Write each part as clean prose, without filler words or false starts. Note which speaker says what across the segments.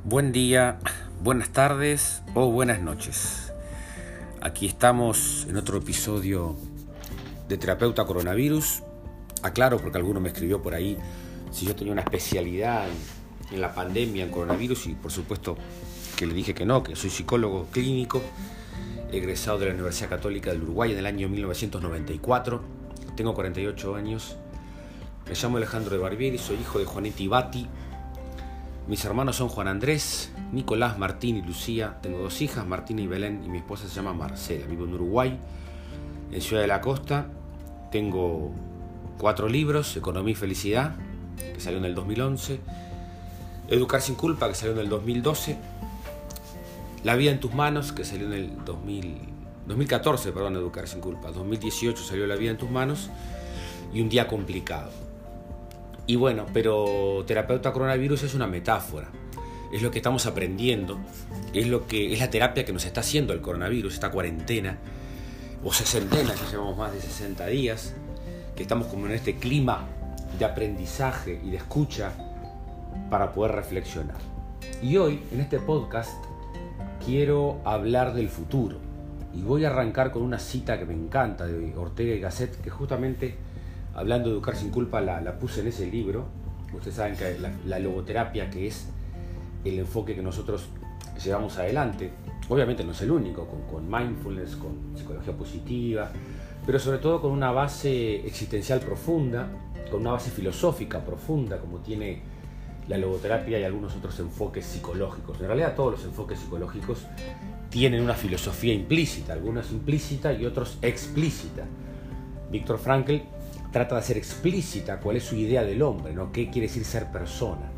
Speaker 1: Buen día, buenas tardes o buenas noches. Aquí estamos en otro episodio de Terapeuta Coronavirus. Aclaro porque alguno me escribió por ahí si yo tenía una especialidad en la pandemia, en coronavirus, y por supuesto que le dije que no, que soy psicólogo clínico, egresado de la Universidad Católica del Uruguay en el año 1994. Tengo 48 años. Me llamo Alejandro de Barbieri, soy hijo de Juanita y Bati. Mis hermanos son Juan Andrés, Nicolás, Martín y Lucía. Tengo dos hijas, Martina y Belén, y mi esposa se llama Marcela. Vivo en Uruguay, en Ciudad de la Costa. Tengo 4 libros: Economía y Felicidad, que salió en el 2011, Educar sin culpa, que salió en el 2012, La vida en tus manos, que salió en el 2014, Educar sin culpa. 2018 salió La vida en tus manos, y Un día complicado. Y bueno, pero Terapeuta Coronavirus es una metáfora, es lo que estamos aprendiendo, es la terapia que nos está haciendo el coronavirus, esta cuarentena, o sesentena, ya llevamos más de 60 días, que estamos como en este clima de aprendizaje y de escucha para poder reflexionar. Y hoy, en este podcast, quiero hablar del futuro, y voy a arrancar con una cita que me encanta de Ortega y Gasset, que justamente, hablando de Educar sin culpa, la puse en ese libro. Ustedes saben que la logoterapia, que es el enfoque que nosotros llevamos adelante, obviamente no es el único, con mindfulness, con psicología positiva, pero sobre todo con una base existencial profunda, con una base filosófica profunda, como tiene la logoterapia y algunos otros enfoques psicológicos. En realidad todos los enfoques psicológicos tienen una filosofía implícita, algunos implícita y otros explícita. Viktor Frankl trata de hacer explícita cuál es su idea del hombre, ¿no? ¿Qué quiere decir ser persona?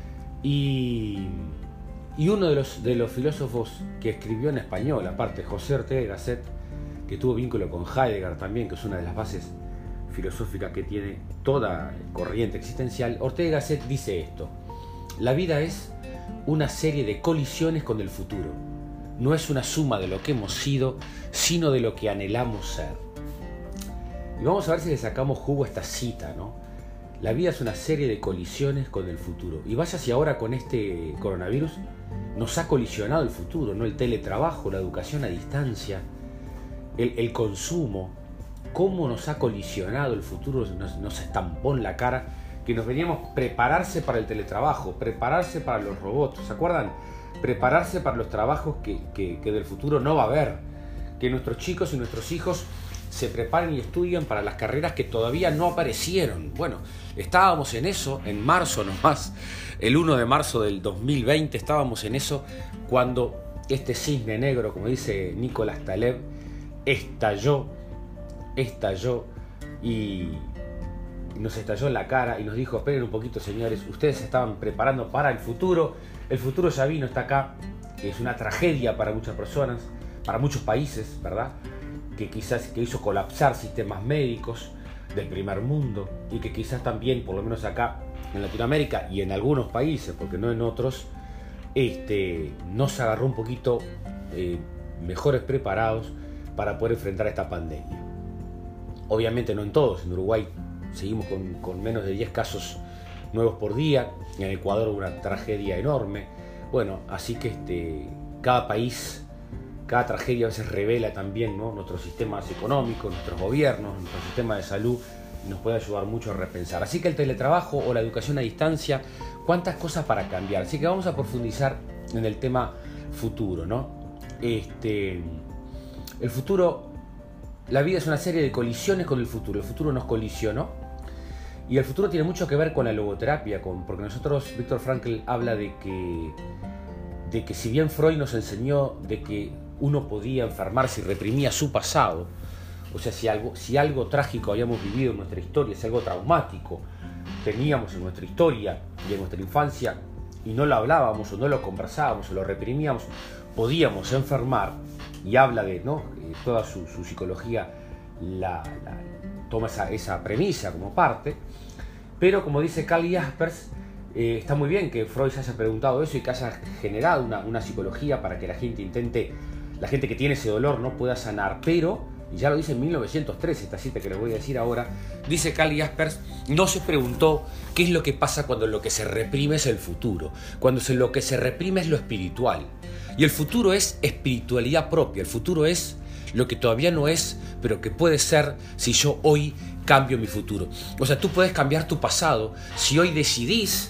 Speaker 1: Y uno de los filósofos que escribió en español, aparte, José Ortega y Gasset, que tuvo vínculo con Heidegger también, que es una de las bases filosóficas que tiene toda corriente existencial, Ortega y Gasset dice esto: la vida es una serie de colisiones con el futuro. No es una suma de lo que hemos sido, sino de lo que anhelamos ser. Y vamos a ver si le sacamos jugo a esta cita, ¿no? La vida es una serie de colisiones con el futuro. Y vaya si ahora con este coronavirus nos ha colisionado el futuro, ¿no? El teletrabajo, la educación a distancia, el consumo. Cómo nos ha colisionado el futuro, nos estampó en la cara, que nos veníamos prepararse para el teletrabajo, prepararse para los robots, ¿se acuerdan? Prepararse para los trabajos que del futuro no va a haber, que nuestros chicos y nuestros hijos se preparen y estudian para las carreras que todavía no aparecieron. Bueno, estábamos en eso, en marzo nomás, el 1 de marzo del 2020, estábamos en eso cuando este cisne negro, como dice Nicolás Taleb, estalló y nos estalló en la cara y nos dijo: esperen un poquito, señores, ustedes se estaban preparando para el futuro ya vino, está acá. Es una tragedia para muchas personas, para muchos países, ¿verdad? Que hizo colapsar sistemas médicos del primer mundo, y que quizás también, por lo menos acá en Latinoamérica y en algunos países, porque no en otros, nos agarró un poquito mejores preparados para poder enfrentar esta pandemia. Obviamente no en todos. En Uruguay seguimos con menos de 10 casos nuevos por día. En Ecuador una tragedia enorme. Bueno, así que cada país, cada tragedia a veces revela también, ¿no?, nuestros sistemas económicos, nuestros gobiernos, nuestro sistema de salud, y nos puede ayudar mucho a repensar. Así que el teletrabajo o la educación a distancia, cuántas cosas para cambiar. Así que vamos a profundizar en el tema futuro, ¿no? El futuro, la vida es una serie de colisiones con el futuro. El futuro nos colisionó, y el futuro tiene mucho que ver con la logoterapia, porque Viktor Frankl habla de que si bien Freud nos enseñó de que uno podía enfermarse y reprimía su pasado, o sea, si algo trágico habíamos vivido en nuestra historia, si algo traumático teníamos en nuestra historia y en nuestra infancia, y no lo hablábamos o no lo conversábamos o lo reprimíamos, podíamos enfermar. Y habla de, ¿no?, toda su psicología toma esa premisa como parte. Pero como dice Karl Jaspers, está muy bien que Freud se haya preguntado eso y que haya generado una psicología para que la gente que tiene ese dolor no pueda sanar, pero y ya lo dice en 1913, esta cita que les voy a decir ahora, dice Karl Jaspers, no se preguntó qué es lo que pasa cuando lo que se reprime es el futuro, cuando lo que se reprime es lo espiritual. Y el futuro es espiritualidad propia, el futuro es lo que todavía no es, pero que puede ser si yo hoy cambio mi futuro. O sea, tú puedes cambiar tu pasado si hoy decidís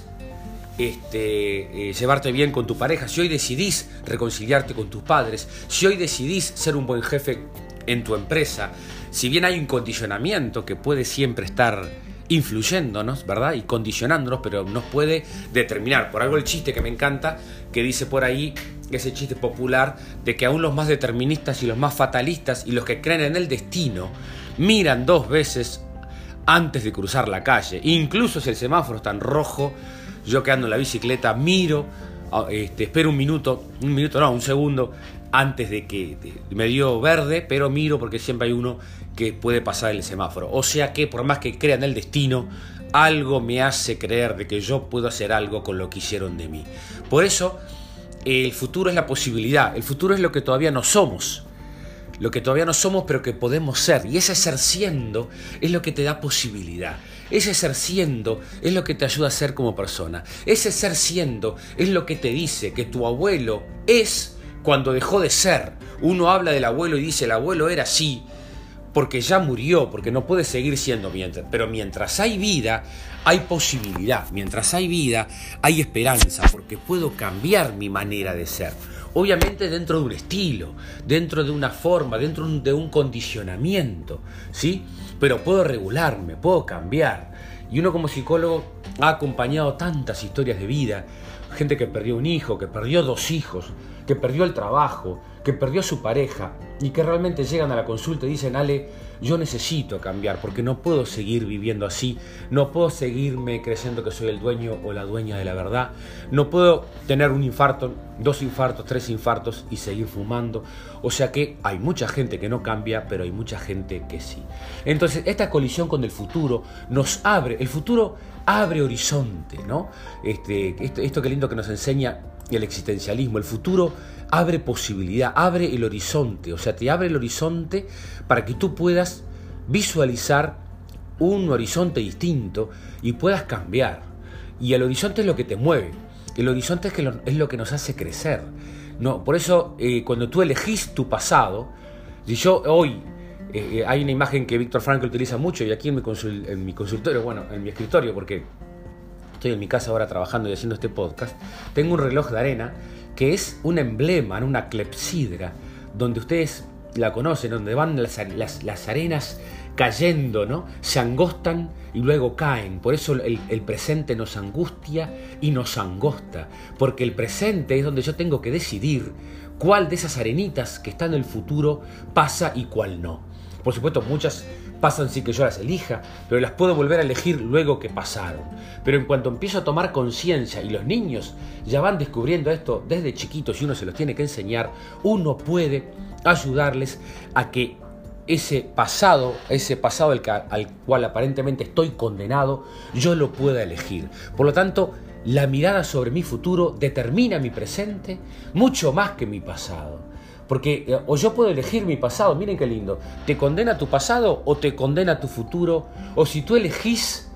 Speaker 1: llevarte bien con tu pareja, si hoy decidís reconciliarte con tus padres, si hoy decidís ser un buen jefe en tu empresa. Si bien hay un condicionamiento que puede siempre estar influyéndonos, ¿verdad? Y condicionándonos, pero nos puede determinar. Por algo el chiste que me encanta, que dice por ahí, ese chiste popular, de que aún los más deterministas y los más fatalistas y los que creen en el destino miran 2 veces antes de cruzar la calle. Incluso si el semáforo está en rojo, yo que ando en la bicicleta miro, espero un segundo antes de que me dio verde, pero miro porque siempre hay uno que puede pasar el semáforo. O sea que por más que crea en el destino, algo me hace creer de que yo puedo hacer algo con lo que hicieron de mí. Por eso el futuro es la posibilidad, el futuro es lo que todavía no somos. Lo que todavía no somos, pero que podemos ser. Y ese ser siendo es lo que te da posibilidad. Ese ser siendo es lo que te ayuda a ser como persona. Ese ser siendo es lo que te dice que tu abuelo es cuando dejó de ser. Uno habla del abuelo y dice, el abuelo era así porque ya murió, porque no puede seguir siendo mientras. Pero mientras hay vida, hay posibilidad. Mientras hay vida, hay esperanza, porque puedo cambiar mi manera de ser. Obviamente dentro de un estilo, dentro de una forma, dentro de un condicionamiento, ¿sí? Pero puedo regularme, puedo cambiar. Y uno como psicólogo ha acompañado tantas historias de vida, gente que perdió un hijo, que perdió 2 hijos, que perdió el trabajo, que perdió a su pareja y que realmente llegan a la consulta y dicen, Ale, yo necesito cambiar porque no puedo seguir viviendo así, no puedo seguirme creyendo que soy el dueño o la dueña de la verdad, no puedo tener un infarto, 2 infartos, 3 infartos y seguir fumando. O sea que hay mucha gente que no cambia, pero hay mucha gente que sí. Entonces esta colisión con el futuro nos abre, el futuro abre horizonte, ¿no? Esto que lindo que nos enseña el existencialismo, el futuro abre posibilidad, abre el horizonte, o sea, te abre el horizonte para que tú puedas visualizar un horizonte distinto y puedas cambiar. Y el horizonte es lo que te mueve, el horizonte es lo que nos hace crecer. No, por eso cuando tú elegís tu pasado, si yo hoy, hay una imagen que Víctor Frankl utiliza mucho y aquí en mi consultorio, bueno, en mi escritorio, porque estoy en mi casa ahora trabajando y haciendo este podcast, tengo un reloj de arena que es un emblema, una clepsidra, donde ustedes la conocen, donde van las arenas cayendo, ¿no? Se angostan y luego caen. Por eso el presente nos angustia y nos angosta, porque el presente es donde yo tengo que decidir cuál de esas arenitas que están en el futuro pasa y cuál no. Por supuesto, muchas pasan sin que yo las elija, pero las puedo volver a elegir luego que pasaron. Pero en cuanto empiezo a tomar conciencia, y los niños ya van descubriendo esto desde chiquitos y uno se los tiene que enseñar, uno puede ayudarles a que ese pasado al cual aparentemente estoy condenado, yo lo pueda elegir. Por lo tanto, la mirada sobre mi futuro determina mi presente mucho más que mi pasado. Porque o yo puedo elegir mi pasado, miren qué lindo, ¿te condena tu pasado o te condena tu futuro? O si tú elegís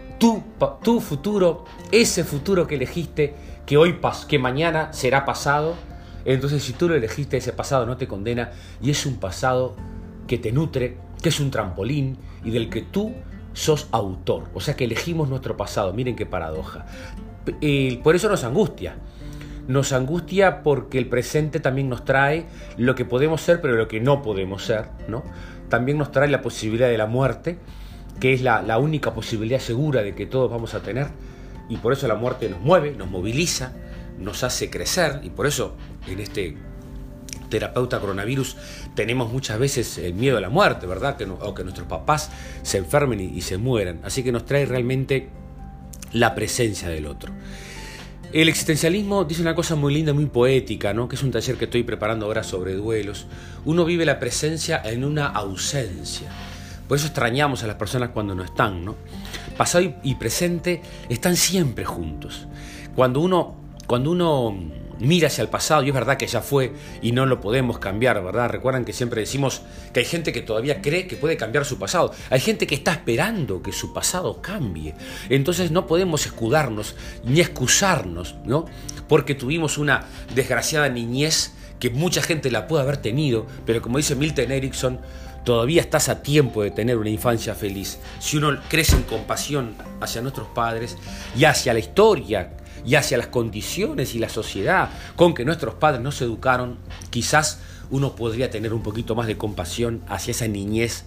Speaker 1: tu futuro, ese futuro que elegiste, que mañana será pasado, entonces si tú lo elegiste, ese pasado no te condena y es un pasado que te nutre, que es un trampolín y del que tú sos autor. O sea que elegimos nuestro pasado, miren qué paradoja. Por eso nos angustia. Nos angustia porque el presente también nos trae lo que podemos ser, pero lo que no podemos ser, ¿no? También nos trae la posibilidad de la muerte, que es la única posibilidad segura de que todos vamos a tener. Y por eso la muerte nos mueve, nos moviliza, nos hace crecer. Y por eso en este terapeuta coronavirus tenemos muchas veces el miedo a la muerte, ¿verdad? O que nuestros papás se enfermen y se mueran. Así que nos trae realmente la presencia del otro. El existencialismo dice una cosa muy linda, muy poética, ¿no? Que es un taller que estoy preparando ahora sobre duelos. Uno vive la presencia en una ausencia. Por eso extrañamos a las personas cuando no están, ¿no? Pasado y presente están siempre juntos. Cuando uno mira hacia el pasado y es verdad que ya fue y no lo podemos cambiar, ¿verdad? Recuerdan que siempre decimos que hay gente que todavía cree que puede cambiar su pasado. Hay gente que está esperando que su pasado cambie. Entonces no podemos escudarnos ni excusarnos, ¿no? Porque tuvimos una desgraciada niñez que mucha gente la puede haber tenido, pero como dice Milton Erickson, todavía estás a tiempo de tener una infancia feliz. Si uno crece en compasión hacia nuestros padres y hacia la historia y hacia las condiciones y la sociedad con que nuestros padres nos educaron, quizás uno podría tener un poquito más de compasión hacia esa niñez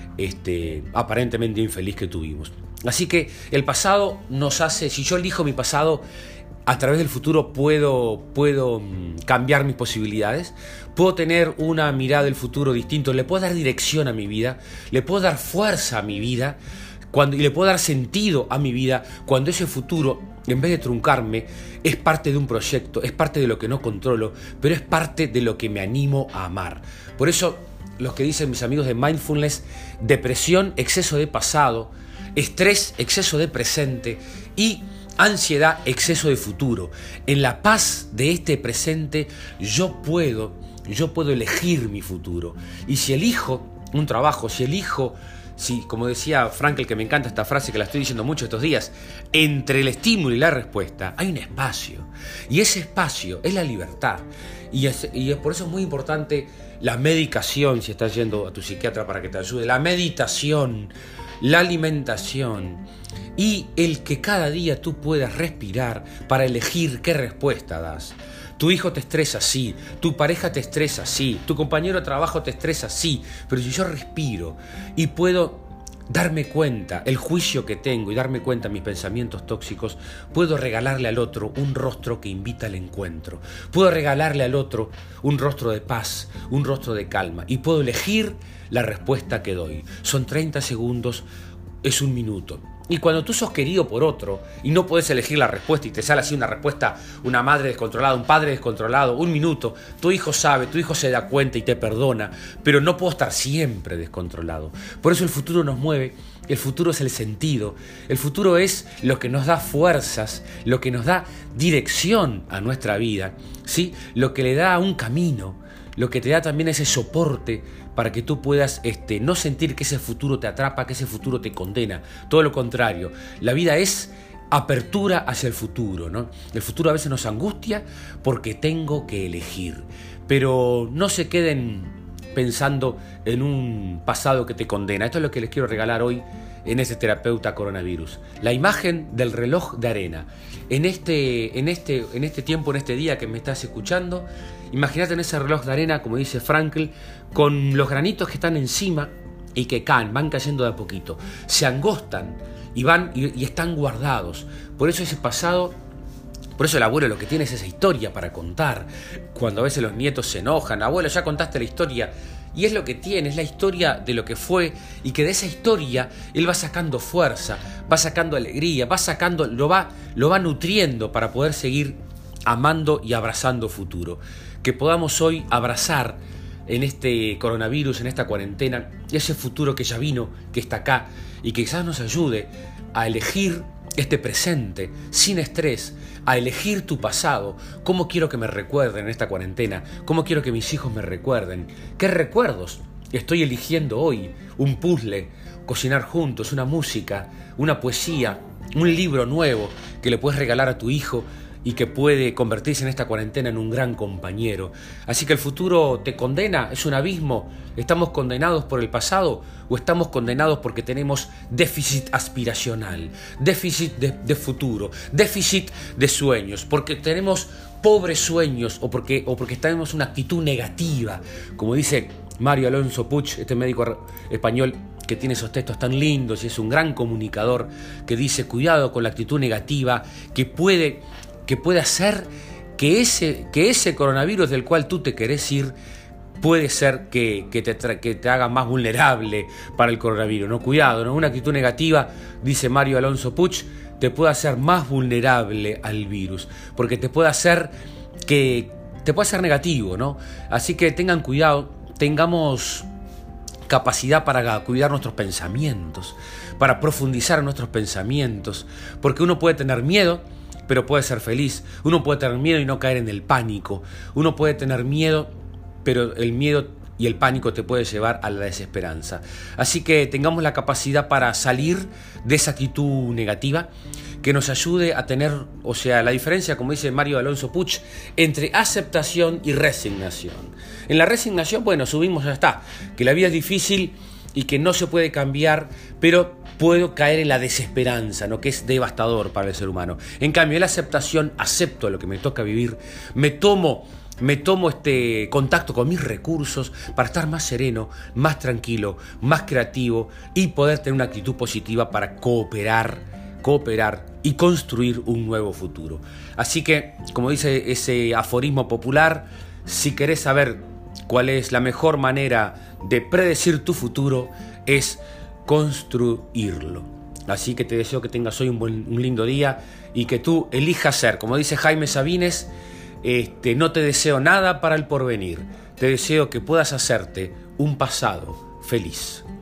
Speaker 1: aparentemente infeliz que tuvimos. Así que el pasado nos hace, si yo elijo mi pasado, a través del futuro puedo cambiar mis posibilidades, puedo tener una mirada del futuro distinto, le puedo dar dirección a mi vida, le puedo dar fuerza a mi vida, y le puedo dar sentido a mi vida cuando ese futuro, en vez de truncarme, es parte de un proyecto, es parte de lo que no controlo, pero es parte de lo que me animo a amar. Por eso, los que dicen mis amigos de Mindfulness, depresión, exceso de pasado, estrés, exceso de presente y ansiedad, exceso de futuro. En la paz de este presente yo puedo elegir mi futuro. Y si elijo un trabajo, si, como decía Frankl, que me encanta esta frase que la estoy diciendo mucho estos días, entre el estímulo y la respuesta hay un espacio. Y ese espacio es la libertad. Y por eso es muy importante la medicación, si estás yendo a tu psiquiatra para que te ayude, la meditación, la alimentación y el que cada día tú puedas respirar para elegir qué respuesta das. Tu hijo te estresa, sí. Tu pareja te estresa, sí. Tu compañero de trabajo te estresa, sí. Pero si yo respiro y puedo darme cuenta el juicio que tengo y darme cuenta mis pensamientos tóxicos, puedo regalarle al otro un rostro que invita al encuentro. Puedo regalarle al otro un rostro de paz, un rostro de calma. Y puedo elegir la respuesta que doy. Son 30 segundos, es un minuto. Y cuando tú sos querido por otro y no puedes elegir la respuesta y te sale así una respuesta, una madre descontrolada, un padre descontrolado, un minuto, tu hijo sabe, tu hijo se da cuenta y te perdona, pero no puedo estar siempre descontrolado. Por eso el futuro nos mueve, el futuro es el sentido, el futuro es lo que nos da fuerzas, lo que nos da dirección a nuestra vida, ¿sí? Lo que le da un camino, lo que te da también ese soporte para que tú puedas no sentir que ese futuro te atrapa, que ese futuro te condena. Todo lo contrario, la vida es apertura hacia el futuro, ¿no? El futuro a veces nos angustia porque tengo que elegir, pero no se queden pensando en un pasado que te condena. Esto es lo que les quiero regalar hoy en este terapeuta coronavirus. La imagen del reloj de arena. En este tiempo, en este día que me estás escuchando, imagínate en ese reloj de arena, como dice Frankl, con los granitos que están encima y que caen, van cayendo de a poquito. Se angostan y están guardados. Por eso ese pasado, por eso el abuelo lo que tiene es esa historia para contar. Cuando a veces los nietos se enojan, abuelo, ya contaste la historia. Y es lo que tiene, es la historia de lo que fue, y que de esa historia él va sacando fuerza, va sacando alegría, lo va nutriendo para poder seguir amando y abrazando futuro. Que podamos hoy abrazar en este coronavirus, en esta cuarentena, ese futuro que ya vino, que está acá, y que quizás nos ayude a elegir este presente sin estrés, a elegir tu pasado. ¿Cómo quiero que me recuerden en esta cuarentena? ¿Cómo quiero que mis hijos me recuerden? ¿Qué recuerdos estoy eligiendo hoy? Un puzzle, cocinar juntos, una música, una poesía, un libro nuevo que le puedes regalar a tu hijo y que puede convertirse en esta cuarentena en un gran compañero. Así que el futuro te condena, es un abismo. ¿Estamos condenados por el pasado o estamos condenados porque tenemos déficit aspiracional, déficit de futuro, déficit de sueños, porque tenemos pobres sueños o porque tenemos una actitud negativa? Como dice Mario Alonso Puig, este médico español que tiene esos textos tan lindos y es un gran comunicador, que dice: cuidado con la actitud negativa que puede hacer que ese coronavirus del cual tú te querés ir, puede ser que te haga más vulnerable para el coronavirus, ¿no? Cuidado, ¿no? Una actitud negativa, dice Mario Alonso Puig, te puede hacer más vulnerable al virus, porque te puede hacer negativo, ¿no? Así que tengan cuidado, tengamos capacidad para cuidar nuestros pensamientos, para profundizar en nuestros pensamientos, porque uno puede tener miedo, pero puede ser feliz. Uno puede tener miedo y no caer en el pánico. Uno puede tener miedo, pero el miedo y el pánico te puede llevar a la desesperanza. Así que tengamos la capacidad para salir de esa actitud negativa que nos ayude a tener, o sea, la diferencia, como dice Mario Alonso Puig, entre aceptación y resignación. En la resignación, bueno, subimos, ya está, que la vida es difícil y que no se puede cambiar, pero puedo caer en la desesperanza, ¿no? Que es devastador para el ser humano. En cambio, en la aceptación, acepto lo que me toca vivir, me tomo este contacto con mis recursos para estar más sereno, más tranquilo, más creativo y poder tener una actitud positiva para cooperar y construir un nuevo futuro. Así que, como dice ese aforismo popular, si querés saber cuál es la mejor manera de predecir tu futuro, es construirlo. Así que te deseo que tengas hoy un lindo día y que tú elijas ser, como dice Jaime Sabines, no te deseo nada para el porvenir, te deseo que puedas hacerte un pasado feliz.